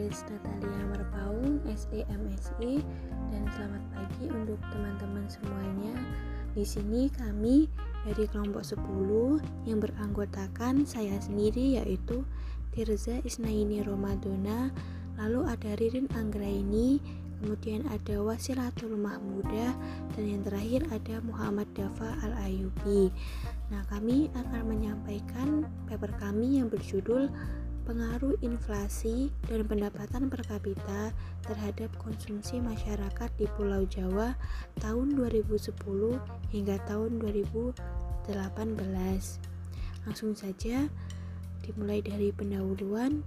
Grace Natalia Marpaung, SD MSI, dan selamat pagi untuk teman-teman semuanya. Di sini kami dari kelompok 10 yang beranggotakan saya sendiri yaitu Tirza Isnaini Romadona, lalu ada Ririn Anggraini, kemudian ada Wasilatul Mahmudah, dan yang terakhir ada Muhammad Dafa Al-Ayubi. Nah, kami akan menyampaikan paper kami yang berjudul Pengaruh inflasi dan pendapatan per kapita terhadap konsumsi masyarakat di Pulau Jawa tahun 2010 hingga tahun 2018. Langsung saja dimulai dari pendahuluan.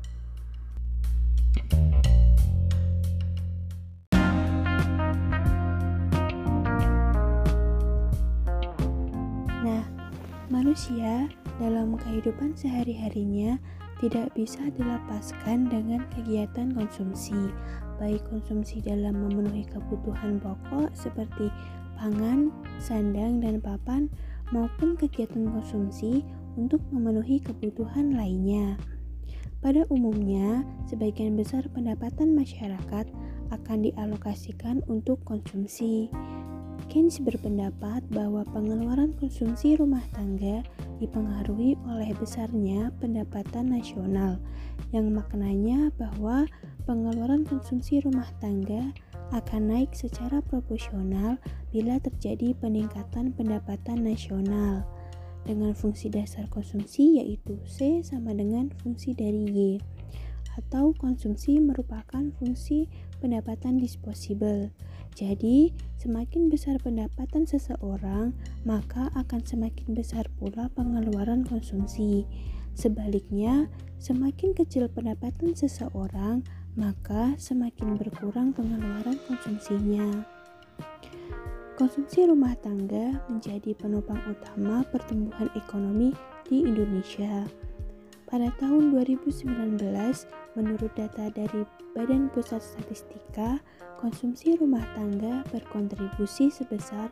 Nah, manusia dalam kehidupan sehari-harinya tidak bisa dilepaskan dengan kegiatan konsumsi, baik konsumsi dalam memenuhi kebutuhan pokok seperti pangan, sandang, dan papan, maupun kegiatan konsumsi untuk memenuhi kebutuhan lainnya. Pada umumnya, sebagian besar pendapatan masyarakat akan dialokasikan untuk konsumsi. Keynes berpendapat bahwa pengeluaran konsumsi rumah tangga dipengaruhi oleh besarnya pendapatan nasional, yang maknanya bahwa pengeluaran konsumsi rumah tangga akan naik secara proporsional bila terjadi peningkatan pendapatan nasional, dengan fungsi dasar konsumsi yaitu C sama dengan fungsi dari Y, atau konsumsi merupakan fungsi pendapatan disposable. Jadi, semakin besar pendapatan seseorang, maka akan semakin besar pula pengeluaran konsumsi. Sebaliknya, semakin kecil pendapatan seseorang, maka semakin berkurang pengeluaran konsumsinya. Konsumsi rumah tangga menjadi penopang utama pertumbuhan ekonomi di Indonesia. Pada tahun 2019, menurut data dari Badan Pusat Statistika, konsumsi rumah tangga berkontribusi sebesar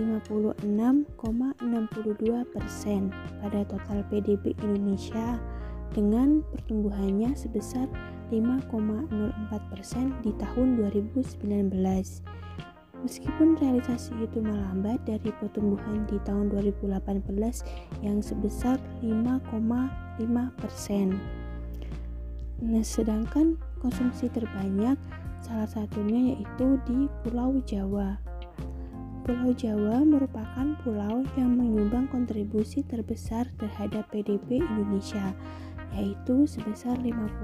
56,62% pada total PDB Indonesia, dengan pertumbuhannya sebesar 5,04% di tahun 2019. Meskipun realisasi itu melambat dari pertumbuhan di tahun 2018 yang sebesar 5,5%. Nah, sedangkan konsumsi terbanyak salah satunya yaitu di Pulau Jawa. Pulau Jawa merupakan pulau yang menyumbang kontribusi terbesar terhadap PDB Indonesia, yaitu sebesar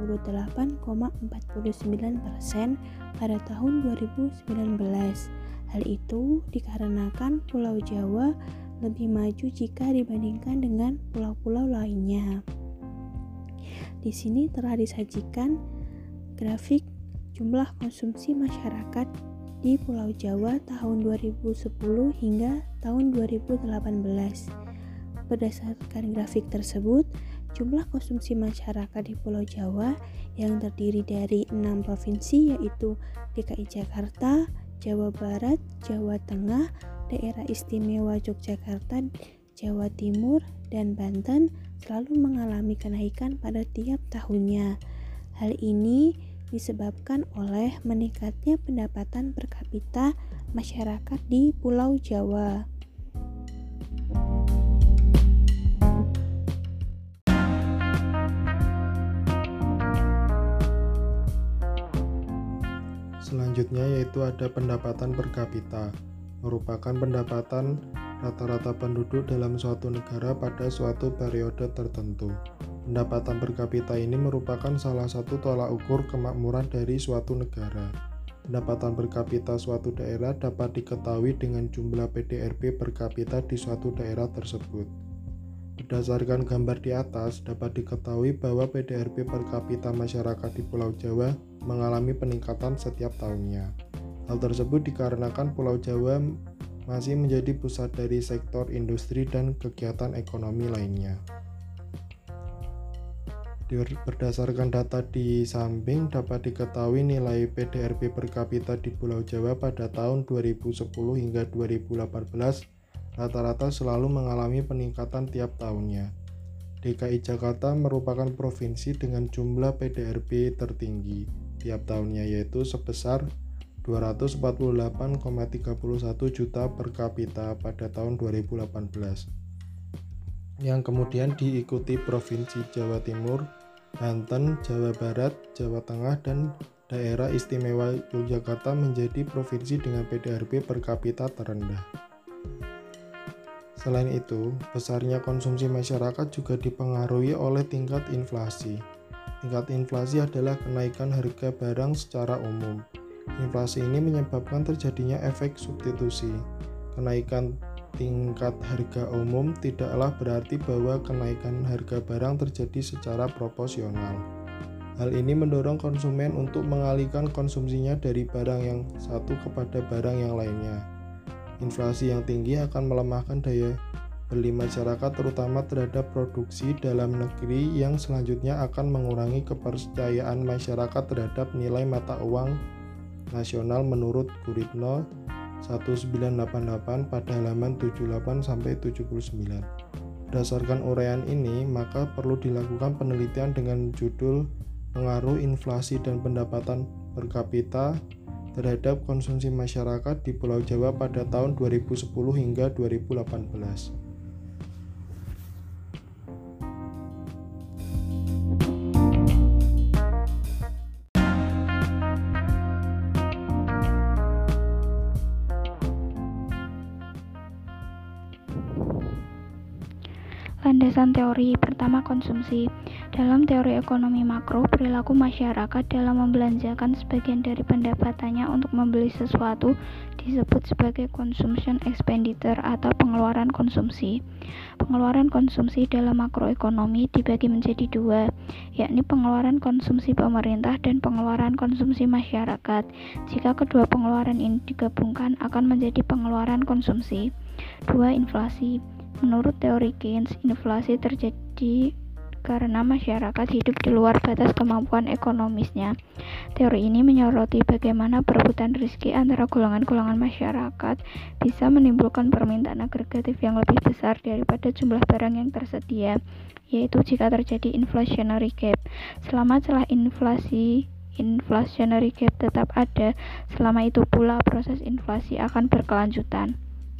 58,49% pada tahun 2019. Hal itu dikarenakan Pulau Jawa lebih maju jika dibandingkan dengan pulau-pulau lainnya. Di sini telah disajikan grafik jumlah konsumsi masyarakat di Pulau Jawa tahun 2010 hingga tahun 2018. Berdasarkan grafik tersebut, jumlah konsumsi masyarakat di Pulau Jawa yang terdiri dari 6 provinsi yaitu DKI Jakarta, Jawa Barat, Jawa Tengah, Daerah Istimewa Yogyakarta, Jawa Timur, dan Banten selalu mengalami kenaikan pada tiap tahunnya. Hal ini disebabkan oleh meningkatnya pendapatan per kapita masyarakat di Pulau Jawa. Selanjutnya yaitu ada pendapatan per kapita, merupakan pendapatan rata-rata penduduk dalam suatu negara pada suatu periode tertentu. Pendapatan per kapita ini merupakan salah satu tolak ukur kemakmuran dari suatu negara. Pendapatan per kapita suatu daerah dapat diketahui dengan jumlah PDRB per kapita di suatu daerah tersebut. Berdasarkan gambar di atas, dapat diketahui bahwa PDRB per kapita masyarakat di Pulau Jawa mengalami peningkatan setiap tahunnya. Hal tersebut dikarenakan Pulau Jawa masih menjadi pusat dari sektor industri dan kegiatan ekonomi lainnya. Berdasarkan data di samping, dapat diketahui nilai PDRB per kapita di Pulau Jawa pada tahun 2010 hingga 2018 rata-rata selalu mengalami peningkatan tiap tahunnya. DKI Jakarta merupakan provinsi dengan jumlah PDRB tertinggi tiap tahunnya, yaitu sebesar 248,31 juta per kapita pada tahun 2018, yang kemudian diikuti Provinsi Jawa Timur, Banten, Jawa Barat, Jawa Tengah, dan Daerah Istimewa Yogyakarta menjadi provinsi dengan PDRB per kapita terendah. Selain itu, besarnya konsumsi masyarakat juga dipengaruhi oleh tingkat inflasi. Tingkat inflasi adalah kenaikan harga barang secara umum. Inflasi ini menyebabkan terjadinya efek substitusi. Kenaikan tingkat harga umum tidaklah berarti bahwa kenaikan harga barang terjadi secara proporsional. Hal ini mendorong konsumen untuk mengalihkan konsumsinya dari barang yang satu kepada barang yang lainnya. Inflasi yang tinggi akan melemahkan daya beli masyarakat, terutama terhadap produksi dalam negeri, yang selanjutnya akan mengurangi kepercayaan masyarakat terhadap nilai mata uang nasional menurut Guritno 1988 pada halaman 78-79. Berdasarkan uraian ini, maka perlu dilakukan penelitian dengan judul Pengaruh Inflasi dan Pendapatan Per Kapita terhadap konsumsi masyarakat di Pulau Jawa pada tahun 2010 hingga 2018. Landasan teori pertama, konsumsi. Dalam teori ekonomi makro, perilaku masyarakat dalam membelanjakan sebagian dari pendapatannya untuk membeli sesuatu disebut sebagai consumption expenditure atau pengeluaran konsumsi. Pengeluaran konsumsi dalam makroekonomi dibagi menjadi dua, yakni pengeluaran konsumsi pemerintah dan pengeluaran konsumsi masyarakat. Jika kedua pengeluaran ini digabungkan akan menjadi pengeluaran konsumsi. 2. Inflasi. Menurut teori Keynes, inflasi terjadi karena masyarakat hidup di luar batas kemampuan ekonomisnya. Teori ini menyoroti bagaimana perebutan rezeki antara golongan-golongan masyarakat bisa menimbulkan permintaan agregatif yang lebih besar daripada jumlah barang yang tersedia, yaitu jika terjadi inflationary gap. Selama celah inflationary gap tetap ada, selama itu pula proses inflasi akan berkelanjutan.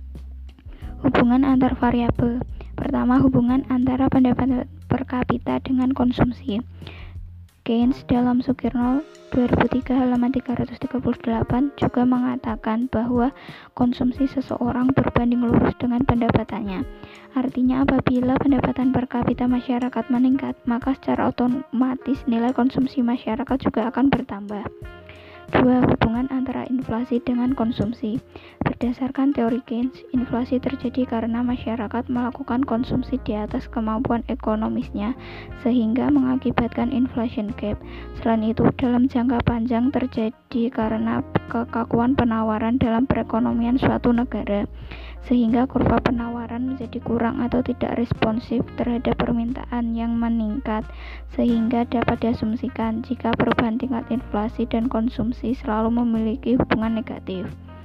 Hubungan antar variabel. Pertama, hubungan antara pendapatan per kapita dengan konsumsi. Keynes dalam Sukirno 2003 halaman 338 juga mengatakan bahwa konsumsi seseorang berbanding lurus dengan pendapatannya. Artinya apabila pendapatan per kapita masyarakat meningkat, maka secara otomatis nilai konsumsi masyarakat juga akan bertambah. 2. Hubungan antara inflasi dengan konsumsi. Berdasarkan teori Keynes, inflasi terjadi karena masyarakat melakukan konsumsi di atas kemampuan ekonomisnya sehingga mengakibatkan inflation gap. Selain itu, dalam jangka panjang terjadi karena kekakuan penawaran dalam perekonomian suatu negara, sehingga kurva penawaran menjadi kurang atau tidak responsif terhadap permintaan yang meningkat, sehingga dapat diasumsikan jika perubahan tingkat inflasi dan konsumsi selalu memiliki hubungan negatif.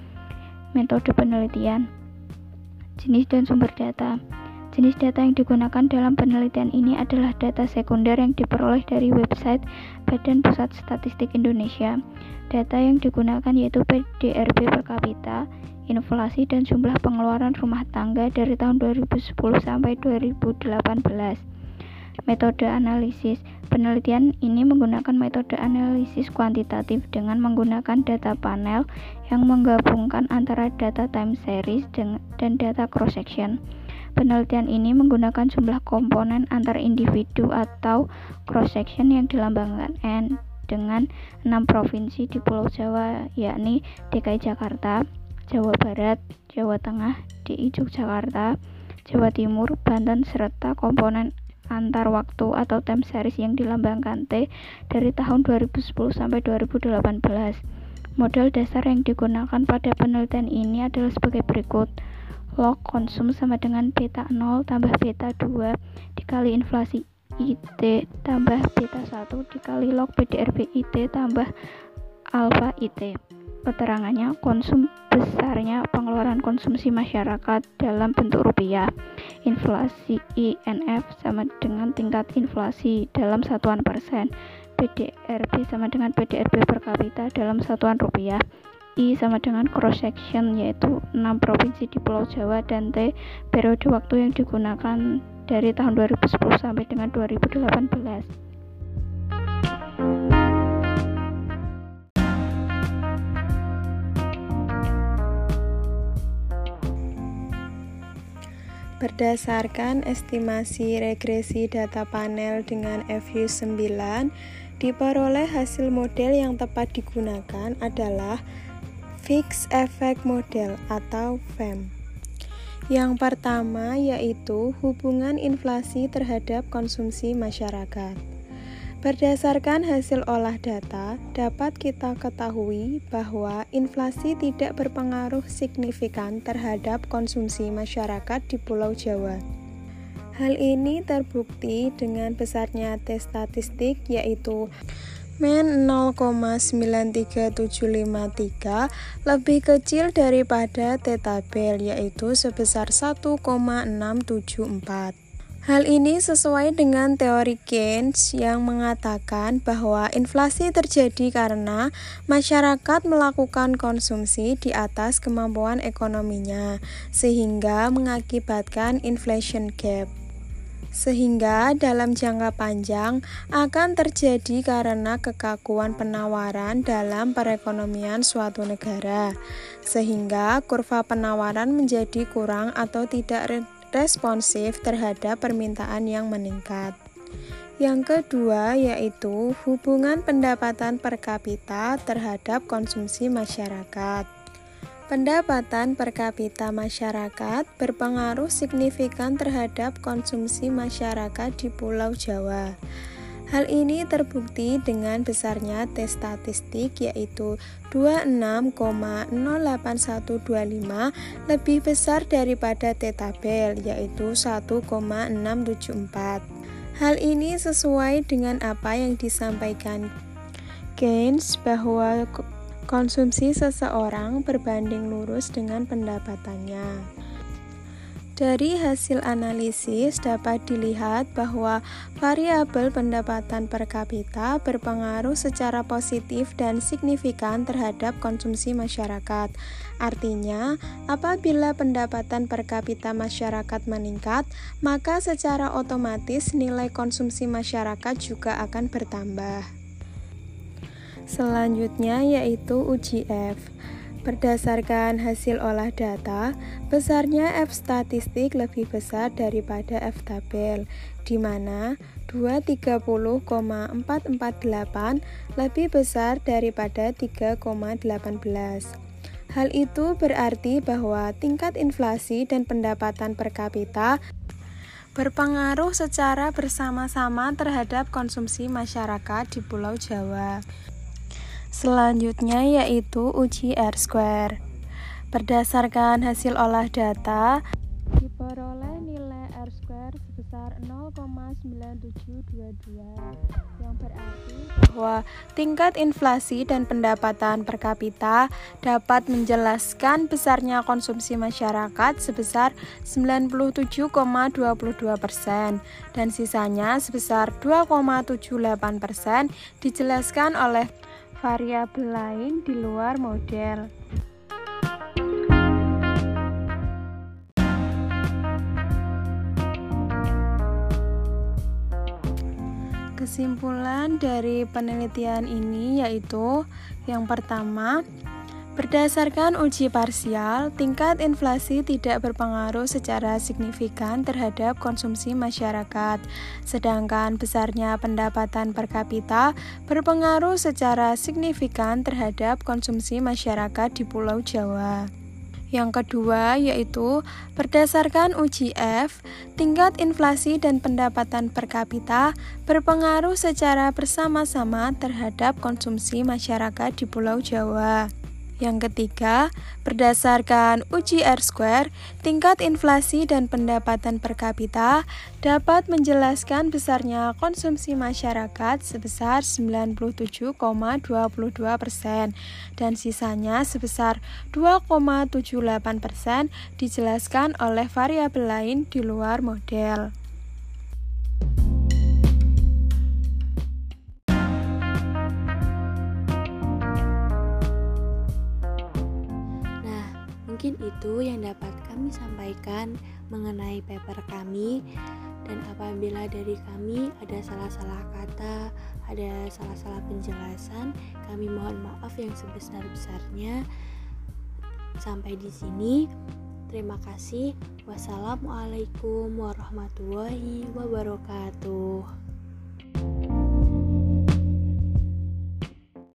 Metode penelitian. Jenis dan sumber data. Jenis data yang digunakan dalam penelitian ini adalah data sekunder yang diperoleh dari website Badan Pusat Statistik Indonesia. Data yang digunakan yaitu PDRB per kapita, inflasi, dan jumlah pengeluaran rumah tangga dari tahun 2010 sampai 2018. Metode analisis. Penelitian ini menggunakan metode analisis kuantitatif dengan menggunakan data panel yang menggabungkan antara data time series dan data cross-section. Penelitian ini menggunakan jumlah komponen antar individu atau cross-section yang dilambangkan N dengan 6 provinsi di Pulau Jawa, yakni DKI Jakarta, Jawa Barat, Jawa Tengah, DI Yogyakarta, Jawa Timur, Banten, serta komponen antar waktu atau time series yang dilambangkan T dari tahun 2010 sampai 2018. Model dasar yang digunakan pada penelitian ini adalah sebagai berikut. Log konsum sama dengan beta 0 tambah beta 2 dikali inflasi IT tambah beta 1 dikali log PDRB IT tambah alfa IT. keterangannya, besarnya pengeluaran konsumsi masyarakat dalam bentuk rupiah. Inflasi INF sama dengan tingkat inflasi dalam satuan persen. PDRB sama dengan PDRB per kapita dalam satuan rupiah. I sama dengan cross section, yaitu 6 provinsi di Pulau Jawa, dan T periode waktu yang digunakan dari tahun 2010 sampai dengan 2018. Berdasarkan estimasi regresi data panel dengan FU9, diperoleh hasil model yang tepat digunakan adalah Fixed Effect Model atau FEM. Yang pertama yaitu hubungan inflasi terhadap konsumsi masyarakat. Berdasarkan hasil olah data, dapat kita ketahui bahwa inflasi tidak berpengaruh signifikan terhadap konsumsi masyarakat di Pulau Jawa. Hal ini terbukti dengan besarnya T statistik yaitu min 0,93753 lebih kecil daripada T tabel yaitu sebesar 1,674. Hal ini sesuai dengan teori Keynes yang mengatakan bahwa inflasi terjadi karena masyarakat melakukan konsumsi di atas kemampuan ekonominya, sehingga mengakibatkan inflation gap. Sehingga dalam jangka panjang akan terjadi karena kekakuan penawaran dalam perekonomian suatu negara, sehingga kurva penawaran menjadi kurang atau tidak responsif terhadap permintaan yang meningkat. Yang kedua yaitu hubungan pendapatan per kapita terhadap konsumsi masyarakat. Pendapatan per kapita masyarakat berpengaruh signifikan terhadap konsumsi masyarakat di Pulau Jawa. Hal ini terbukti dengan besarnya T statistik yaitu 26,08125 lebih besar daripada T tabel yaitu 1,674. Hal ini sesuai dengan apa yang disampaikan Keynes bahwa konsumsi seseorang berbanding lurus dengan pendapatannya. Dari hasil analisis dapat dilihat bahwa variabel pendapatan per kapita berpengaruh secara positif dan signifikan terhadap konsumsi masyarakat. Artinya, apabila pendapatan per kapita masyarakat meningkat, maka secara otomatis nilai konsumsi masyarakat juga akan bertambah. Selanjutnya yaitu uji F. Berdasarkan hasil olah data, besarnya F statistik lebih besar daripada F tabel, di mana 230,448 lebih besar daripada 3,18. Hal itu berarti bahwa tingkat inflasi dan pendapatan per kapita berpengaruh secara bersama-sama terhadap konsumsi masyarakat di Pulau Jawa. Selanjutnya yaitu uji R-square. Berdasarkan hasil olah data, diperoleh nilai R-square sebesar 0,9722 yang berarti bahwa tingkat inflasi dan pendapatan per kapita dapat menjelaskan besarnya konsumsi masyarakat sebesar 97,22% dan sisanya sebesar 2,78% dijelaskan oleh variabel lain di luar model. Kesimpulan dari penelitian ini yaitu yang pertama, berdasarkan uji parsial, tingkat inflasi tidak berpengaruh secara signifikan terhadap konsumsi masyarakat, sedangkan besarnya pendapatan per kapita berpengaruh secara signifikan terhadap konsumsi masyarakat di Pulau Jawa. Yang kedua yaitu berdasarkan uji F, tingkat inflasi dan pendapatan per kapita berpengaruh secara bersama-sama terhadap konsumsi masyarakat di Pulau Jawa. Yang ketiga, berdasarkan uji R-square, tingkat inflasi dan pendapatan per kapita dapat menjelaskan besarnya konsumsi masyarakat sebesar 97,22% dan sisanya sebesar 2,78% dijelaskan oleh variabel lain di luar model. Mungkin itu yang dapat kami sampaikan mengenai paper kami, dan apabila dari kami ada salah-salah kata, ada salah-salah penjelasan, kami mohon maaf yang sebesar-besarnya. Sampai di sini, terima kasih. Wassalamualaikum warahmatullahi wabarakatuh.